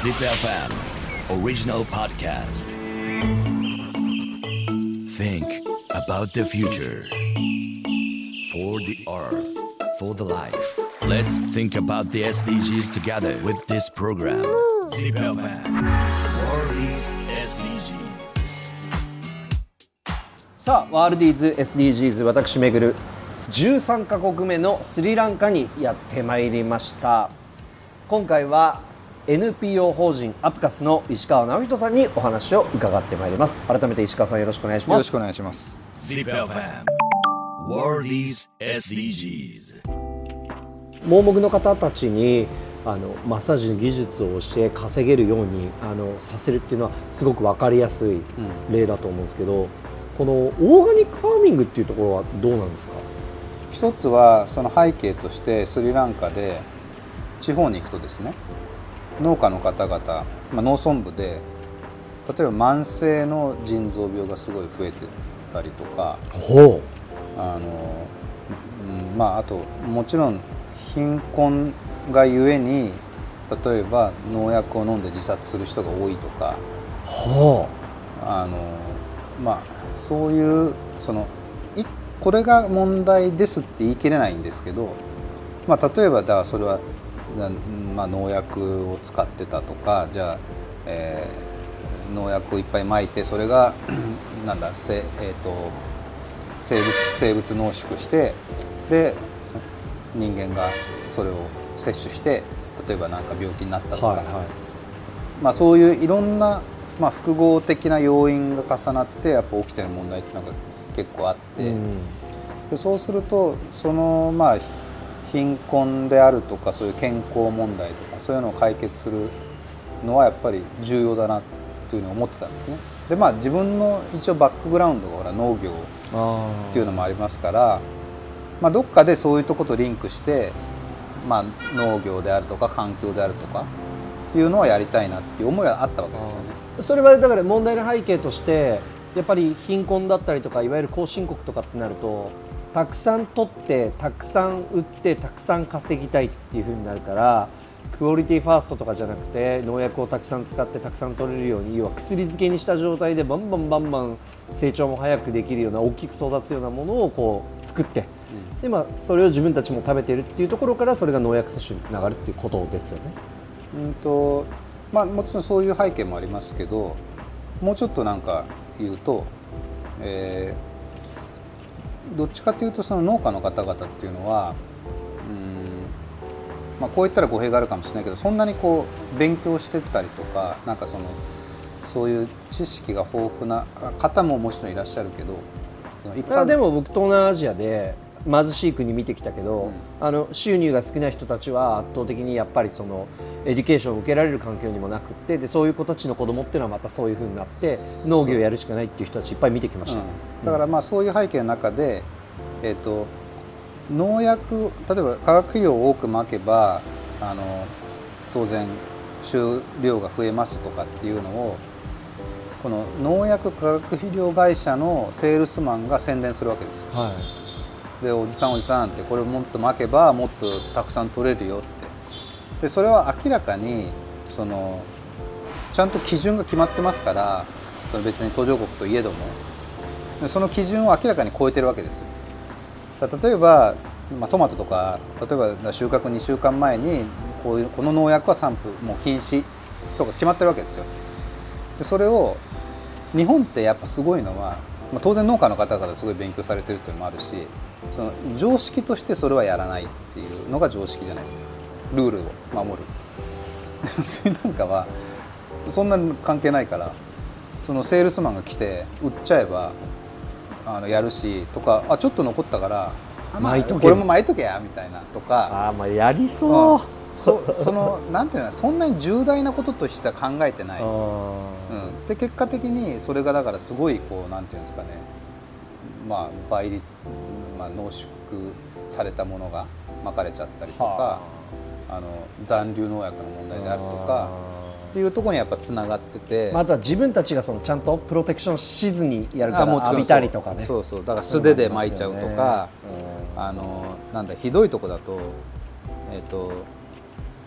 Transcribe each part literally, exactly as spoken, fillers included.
Zip エフエム Original Podcast. Think about the future. For the earth, for the life. Let's think about the エスディージーズ together with this program. Zip エフエム World is エスディージーズ. さあ、ワールディーズ エスディージーズ 私めぐるじゅうさんカ国目のスリランカにやってまいりました。今回は エヌピーオー 法人アプカスの石川直人さんにお話を伺ってまいります。改めて石川さんよろしくお願いします。 よろしくお願いします。 Zip エフエム World is エスディージーズ. 盲目の方たちにあのマッサージの技術を教え稼げるようにあのさせるっていうのはすごく分かりやすい例だと思うんですけど、うん、このオーガニックファーミングっていうところはどうなんですか？ 一つはその背景としてスリランカで地方に行くとですね、農家の方々、まあ、農村部で例えば慢性の腎臓病がすごい増えてたりとか、 ほうあの、うん、まああともちろん貧困がゆえに例えば農薬を飲んで自殺する人が多いとか、 はあのまあそういうそのいこれが問題ですって言い切れないんですけど、まあ、例えばだからそれは、まあ、農薬を使ってたとか、じゃあ、えー、農薬をいっぱい撒いてそれがなんだせ、えー、と生物生物濃縮してで人間がそれを摂取して例えば何か病気になったとか、はいはい、まあ、そういういろんな、まあ、複合的な要因が重なってやっぱ起きてる問題っていうのが結構あって、うん、でそうするとそのまあ貧困であるとかそういう健康問題とかそういうのを解決するのはやっぱり重要だなというふうに思ってたんですね。でまあ自分の一応バックグラウンドがほら農業っていうのもありますから、まあ、どっかでそういうとことリンクして、まあ、農業であるとか環境であるとかっていうのはやりたいなっていう思いはあったわけですよね。 それはだから問題の背景としてやっぱり貧困だったりとかいわゆる後進国とかってなるとたくさん取ってたくさん売ってたくさん稼ぎたいっていう風になるから、クオリティファーストとかじゃなくて農薬をたくさん使ってたくさん取れるように、要は薬漬けにした状態でバンバンバンバン成長も早くできるような大きく育つようなものをこう作って、うん、でまあそれを自分たちも食べてるっていうところからそれが農薬摂取につながるっていうことですよね。 うんとまあ、もちろんそういう背景もありますけど、もうちょっとなんか言うと、えー、どっちかというとその農家の方々っていうのはうーん、まあ、こう言ったら語弊があるかもしれないけど、そんなにこう勉強してたりとかなんかそのそういう知識が豊富な方ももちろんいらっしゃるけど、 一般でも僕東南アジアで貧しい国見てきたけど、うん、あの収入が少ない人たちは圧倒的にやっぱりそのエデュケーションを受けられる環境にもなくって、でそういう子たちの子供っていうのはまたそういう風になって農業をやるしかないっていう人たちいっぱい見てきました、うん、 だからまあそういう背景の中で、えーと、農薬例えば化学肥料を多くまけばあの当然収量が増えますとかっていうのをこの農薬化学肥料会社のセールスマンが宣伝するわけですよ、はい、でおじさんおじさんってこれをもっとまけばもっとたくさん取れるよって、でそれは明らかにそのちゃんと基準が決まってますから、その別に途上国といえどもその基準を明らかに超えてるわけですよ。だ例えば、まあ、トマトとか例えば収穫にしゅうかんまえにこういうこの農薬は散布もう禁止とか決まってるわけですよ。でそれを日本ってやっぱすごいのは、まあ、当然農家の方々すごい勉強されてるっていうのもあるし、その常識としてそれはやらないっていうのが常識じゃないですか。ルールを守る。それなんかはそんなに関係ないから、そのセールスマンが来て売っちゃえばあのやるしとか、あちょっと残ったからあ、まあ、これも巻いとけやみたいなとか、 あまあやりそう、うん、 そ, そのなんていうのそんなに重大なこととしては考えてない、うん、で結果的にそれがだからすごいこうなんていうんですかね、まあ倍率、まあ、濃縮されたものがまかれちゃったりとか、あの残留農薬の問題であるとかっていうところにやっぱつながってて、 まあ、あとは自分たちがそのちゃんとプロテクションしずにやるから浴びたりとかね、 そうそうだから素手で巻いちゃうとか、あのなんだひどいとこだと、えーと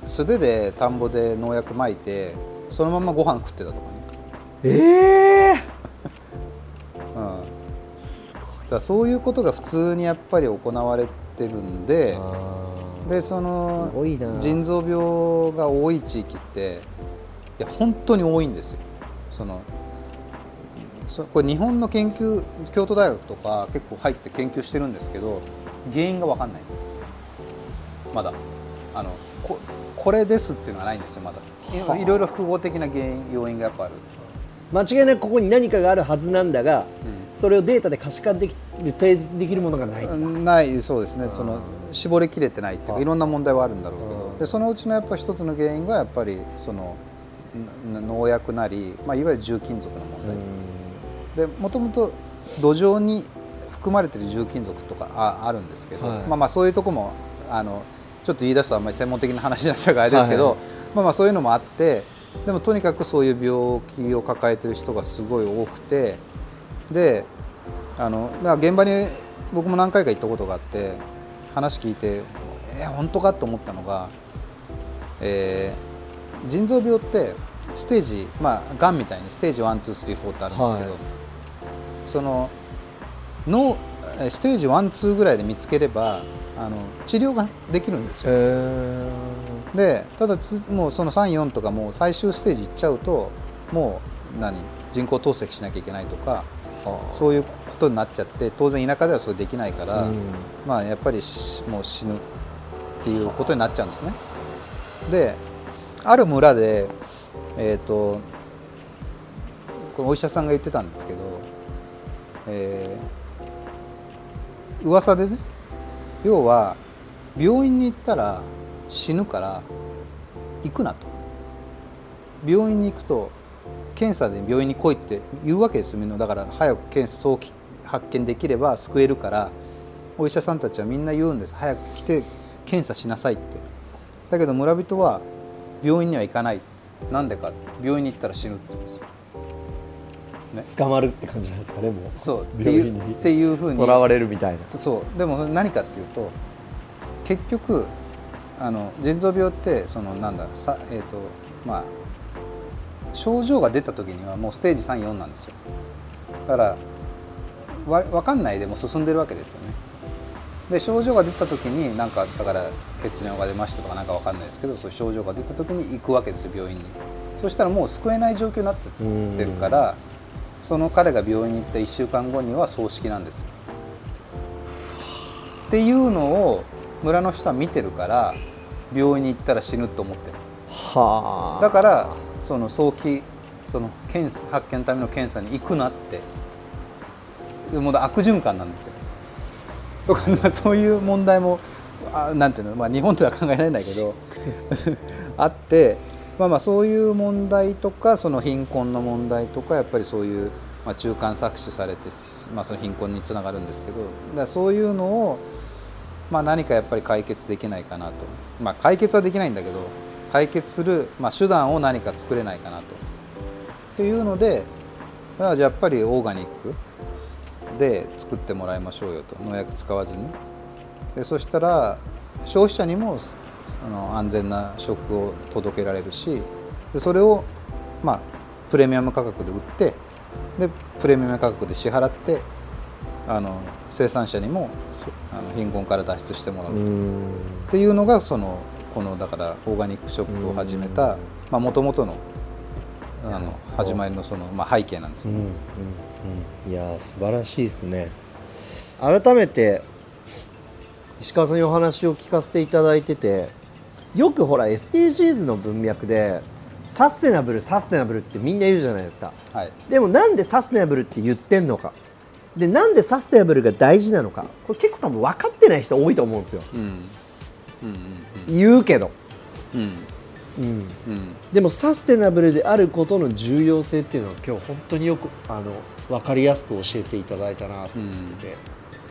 素手で田んぼで農薬撒いてそのままご飯食ってたとかね。 ええうん、だからそういうことが普通にやっぱり行われてるんで、でそのすごいな。 腎臓病が多い地域っていや本当に多いんですよ。そのそこれ日本の研究京都大学とか結構入って研究してるんですけど原因が分かんない。まだあの こ, これですっていうのはないんですよまだ。 はあ、 いろいろ複合的な原因要因がやっぱある。 間違いなくここに何かがあるはずなんだが、 うん、 それをデータで可視化できる提示できるものがない。 ないそうですね。その絞りきれてないっていうかいろんな問題はあるんだろうけど、でそのうちのやっぱ一つの原因がやっぱりその農薬なり、まあ、いわゆる重金属の問題で、もともと土壌に含まれている重金属とか あ, あるんですけど、はい、まあまあそういうとこもあのちょっと言い出すとあんまり専門的な話になっちゃうからあれですけど、はいはい、まあまあそういうのもあって、でもとにかくそういう病気を抱えている人がすごい多くて、であの、まあ、現場に僕も何回か行ったことがあって話聞いてえー、本当かと思ったのが、えー、腎臓病ってステージ、まあがんみたいにステージワン、ツー、スリー、フォーってあるんですけど、はい、そののステージワン、ツーぐらいで見つければあの治療ができるんですよ。でただもうそのさん、よんとかもう最終ステージ行っちゃうともう何人工透析しなきゃいけないとか、はあ、そういうことになっちゃって当然田舎ではそれできないから、うん、まあやっぱりもう死ぬっていうことになっちゃうんですね。である村で、えーと、このお医者さんが言ってたんですけど、えー、噂でね、要は病院に行ったら死ぬから行くなと。病院に行くと検査で病院に来いって言うわけですよみんな。だから早く検査早期発見できれば救えるからお医者さんたちはみんな言うんです。早く来て検査しなさいって。だけど村人は病院には行かない。なんでか、病院に行ったら死ぬって言うんですよ、 ね、捕まるって感じなんですかね。もうそう病院にっていうふうに囚われるみたいな。 そうでも何かっていうと結局あの腎臓病ってそのなんださ、えーとまあ、症状が出た時にはもうステージさん、よんなんですよ。だからわ分かんないでも進んでるわけですよね。で症状が出た時になんかだから血尿が出ましたとかなんか分かんないですけど、そういう症状が出た時に行くわけですよ病院に。そしたらもう救えない状況になってってるから、その彼が病院に行ったいっしゅうかんごには葬式なんですよ。っていうのを村の人は見てるから病院に行ったら死ぬと思ってる。はあ。だからその早期その検査発見のための検査に行くなってもう悪循環なんですよ。とかそういう問題もあなんていうの、まあ、日本では考えられないけどあって、まあ、まあそういう問題とかその貧困の問題とかやっぱりそういう、まあ、中間搾取されて、まあ、その貧困につながるんですけど、だからそういうのを、まあ、何かやっぱり解決できないかなと、まあ、解決はできないんだけど解決する、まあ、手段を何か作れないかなとっていうので、じゃあやっぱりオーガニックで作ってもらいましょうよと、農薬使わずに。でそしたら消費者にもあの安全な食を届けられるし、でそれを、まあ、プレミアム価格で売ってでプレミアム価格で支払ってあの生産者にもあの貧困から脱出してもらうっていうのがそのこのだからオーガニックショップを始めたもともとのあの始まりのその、まあ、背景なんですよね。うんうんうん、いや素晴らしいですね。改めて石川さんにお話を聞かせていただいてて、よくほら エスディージーズ の文脈でサステナブルサステナブルってみんな言うじゃないですか、はい、でもなんでサステナブルって言ってんのか、でなんでサステナブルが大事なのか、これ結構多分分かってない人多いと思うんですよ、うんうんうんうん、言うけど、うんうんうん、でもサステナブルであることの重要性っていうのは今日本当によくあの分かりやすく教えていただいたなと思ってて、うんうん、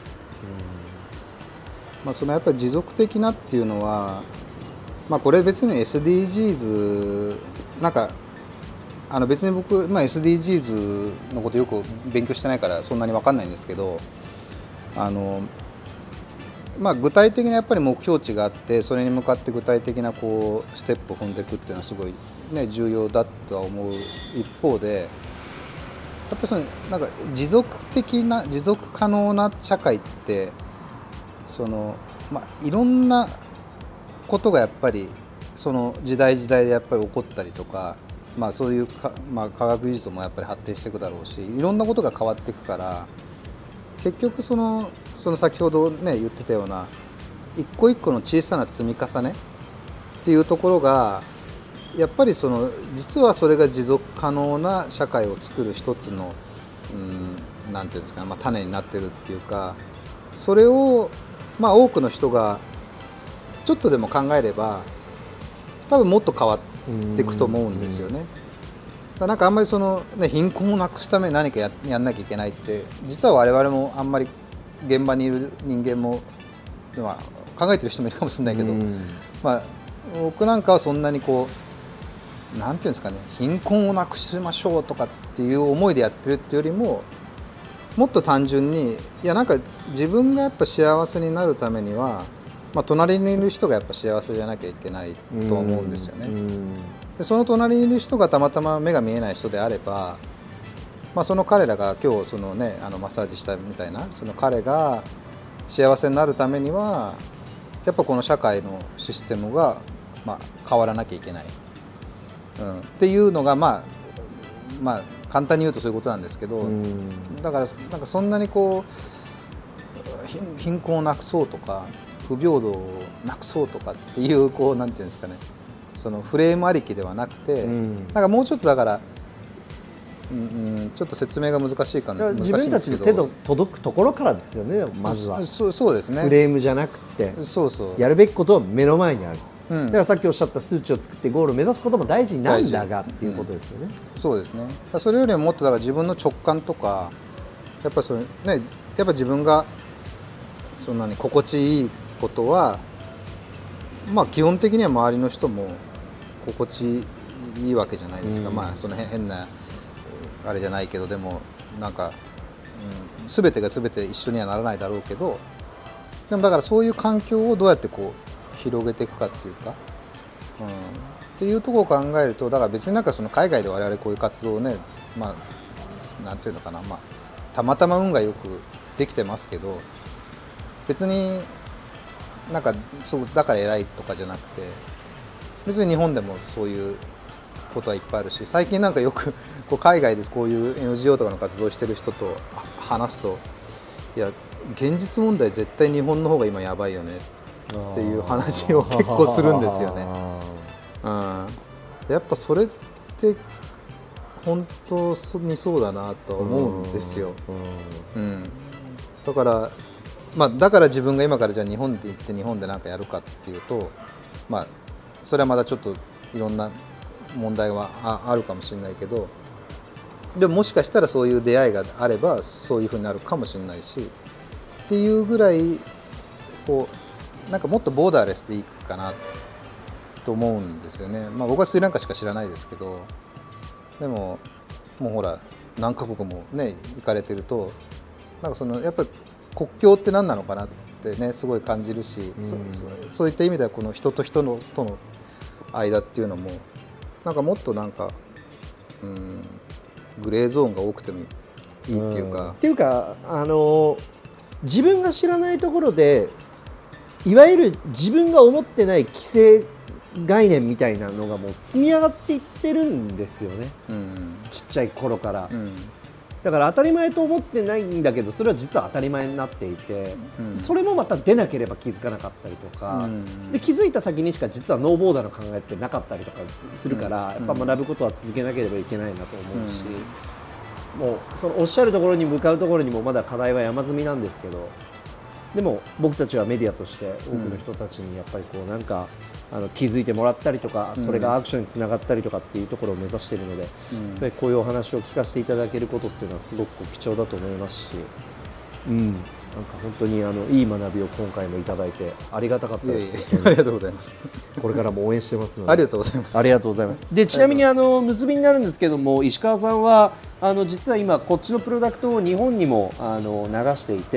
まあ、そのやっぱり持続的なっていうのは、まあ、これ別に エスディージーズ なんかあの別に僕、まあ、エスディージーズ のことよく勉強してないからそんなに分かんないんですけど、あのまあ、具体的なやっぱり目標値があってそれに向かって具体的なこうステップを踏んでいくっていうのはすごい、ね、重要だとは思う一方でやっぱりそのなんか持続的な持続可能な社会ってその、まあ、いろんなことがやっぱりその時代時代でやっぱり起こったりとか、まあ、そういうか、まあ、科学技術もやっぱり発展していくだろうしいろんなことが変わっていくから結局そのその先ほどね言ってたような一個一個の小さな積み重ねっていうところがやっぱりその実はそれが持続可能な社会を作る一つのうんなんていうんですかね、まあ、種になってるっていうかそれをまあ多くの人がちょっとでも考えれば多分もっと変わっていくと思うんですよね。だからなんかあんまりその、ね、貧困をなくすために何か や, やんなきゃいけないって実は我々もあんまり現場にいる人間も、まあ、考えてる人もいるかもしれないけど、まあ、僕なんかはそんなにこうなんていうんですかね貧困をなくしましょうとかっていう思いでやってるっていうよりももっと単純にいやなんか自分がやっぱ幸せになるためには、まあ、隣にいる人がやっぱ幸せじゃなきゃいけないと思うんですよね。でその隣にいる人がたまたま目が見えない人であれば、まあ、その彼らが今日その、ね、あのマッサージしたみたいなその彼が幸せになるためにはやっぱこの社会のシステムが、まあ、変わらなきゃいけない、うん、っていうのが、まあまあ、簡単に言うとそういうことなんですけどだからなんかそんなにこう貧困をなくそうとか不平等をなくそうとかっていうこうなんていうんですかねそのフレームありきではなくて、うん、なんかもうちょっとだから、うんうん、ちょっと説明が難しいかな自分たちの手の届くところからですよねまずは。 そ, そうですね。 フレームじゃなくてそうそうやるべきことは目の前にある、うん、だからさっきおっしゃった数値を作ってゴールを目指すことも大事なんだがっていうことですよね、 うん、そうですね。それよりももっとだから自分の直感とかやっぱそれ、ね、やっぱ自分がそんなに心地いいことはまあ基本的には周りの人も心地いいわけじゃないですか、うん、まあその変なあれじゃないけどでもなんか、うん、全てが全て一緒にはならないだろうけどでもだからそういう環境をどうやってこう広げていくかっていうか、うん、っていうところを考えるとだから別になんかその海外で我々こういう活動をねまあなんていうのかな、まあ、たまたま運がよくできてますけど別になんかそうだから偉いとかじゃなくて別に日本でもそういうことはいっぱいあるし最近なんかよくこう海外でこういう エヌジーオー とかの活動してる人と話すといや現実問題絶対日本の方が今やばいよねっていう話を結構するんですよね、うん、やっぱそれって本当にそうだなと思うんですよ、うん、だからまあ、だから自分が今からじゃあ日本で行って日本で何かやるかっていうと、まあ、それはまだちょっといろんな問題は あ, あるかもしれないけどでももしかしたらそういう出会いがあればそういうふうになるかもしれないしっていうぐらいこうなんかもっとボーダーレスでいいかなと思うんですよね、まあ、僕はスリランカしか知らないですけどでももうほら何カ国もね行かれてるとなんかそのやっぱり国境って何なのかなってねすごい感じるし、うん、そ, そういった意味ではこの人と人のとの間っていうのもなんかもっとなんか、うん、グレーゾーンが多くてもいいっていうか、うん、 っていうかあの自分が知らないところでいわゆる自分が思ってない規制概念みたいなのがもう積み上がっていってるんですよね、うん、ちっちゃい頃から、うんだから当たり前と思ってないんだけどそれは実は当たり前になっていて、うん、それもまた出なければ気づかなかったりとか、うん、で気づいた先にしか実はノーボーダーの考えってなかったりとかするから、うん、やっぱ学ぶことは続けなければいけないなと思うし、うん、もうそのおっしゃるところに向かうところにもまだ課題は山積みなんですけどでも僕たちはメディアとして多くの人たちにやっぱりこうなんかあの気づいてもらったりとかそれがアクションにつながったりとかっていうところを目指しているので、うん、やっぱりこういうお話を聞かせていただけることっていうのはすごく貴重だと思いますし、うん、なんか本当にあのいい学びを今回もいただいてありがたかったです。 いやいやありがとうございます。 これからも応援してますのでありがとうございます。 ありがとうございます。でちなみにあの結びになるんですけども石川さんはあの実は今こっちのプロダクトを日本にもあの流していて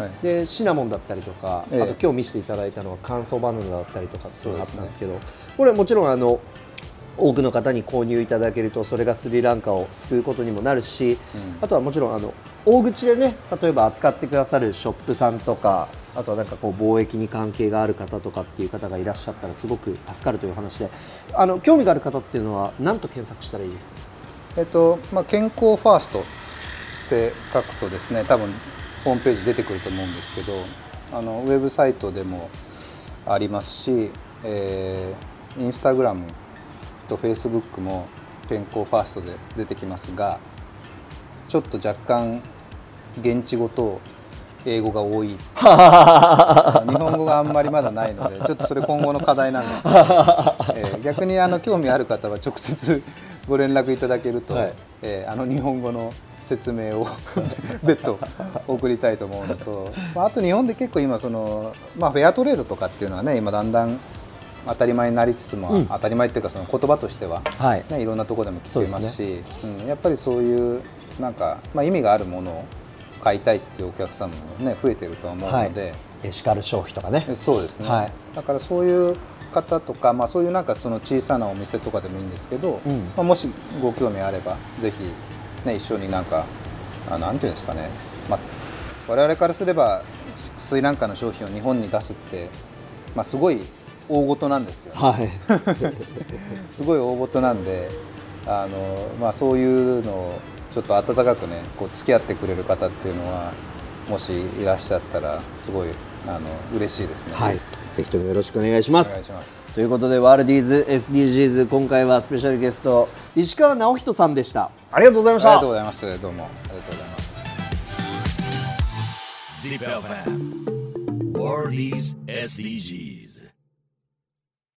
はい、 でシナモンだったりとか、 ええ、 あと今日見せていただいたのは乾燥バナナだったりとかっていうのがあったんですけど、これはもちろんあの多くの方に購入いただけるとそれがスリランカを救うことにもなるし、うん、あとはもちろんあの大口でね、例えば扱ってくださるショップさんとか、あとはなんかこう貿易に関係がある方とかっていう方がいらっしゃったらすごく助かるという話で、あの興味がある方っていうのは何と検索したらいいですか？ えっとまあ、健康ファーストって書くとですね、多分ホームページ出てくると思うんですけど、あのウェブサイトでもありますし、えー、インスタグラムとフェイスブックも健康ファーストで出てきますが、ちょっと若干現地語と英語が多い日本語があんまりまだないので、ちょっとそれ今後の課題なんですけど、えー、逆にあの興味ある方は直接ご連絡いただけると、はい、えー、あの日本語の説明を別途送りたいと思うのと、まあ、あと日本で結構今その、まあ、フェアトレードとかっていうのはね、今だんだん当たり前になりつつも、うん、当たり前っていうかその言葉としては、はいね、いろんなところでも聞けますし、ね、うん、やっぱりそういうなんか、まあ、意味があるものを買いたいっていうお客様もね増えてると思うので、はい、 エシカル消費とかね。 そうですね、はい、だからそういう方とか、まあ、そういうなんかその小さなお店とかでもいいんですけど、うん、まあ、もしご興味あればぜひ、ね、一緒になんかあなんていうんですかね、まあ、我々からすればスリランカの商品を日本に出すって、まあ、すごい大事なんですよ、ね、はい、すごい大事なんで、あの、まあ、そういうのをちょっと温かくねこう付き合ってくれる方っていうのはもしいらっしゃったらすごいあの嬉しいですね。 はい、ぜひともよろしくお願いします。 お願いします。 ということでワールディーズ エスディージーズ、今回はスペシャルゲスト石川直人さんでした。ありがとうございました。 ありがとうございます。どうもありがとうございます。 Zip エフエム World is エスディージー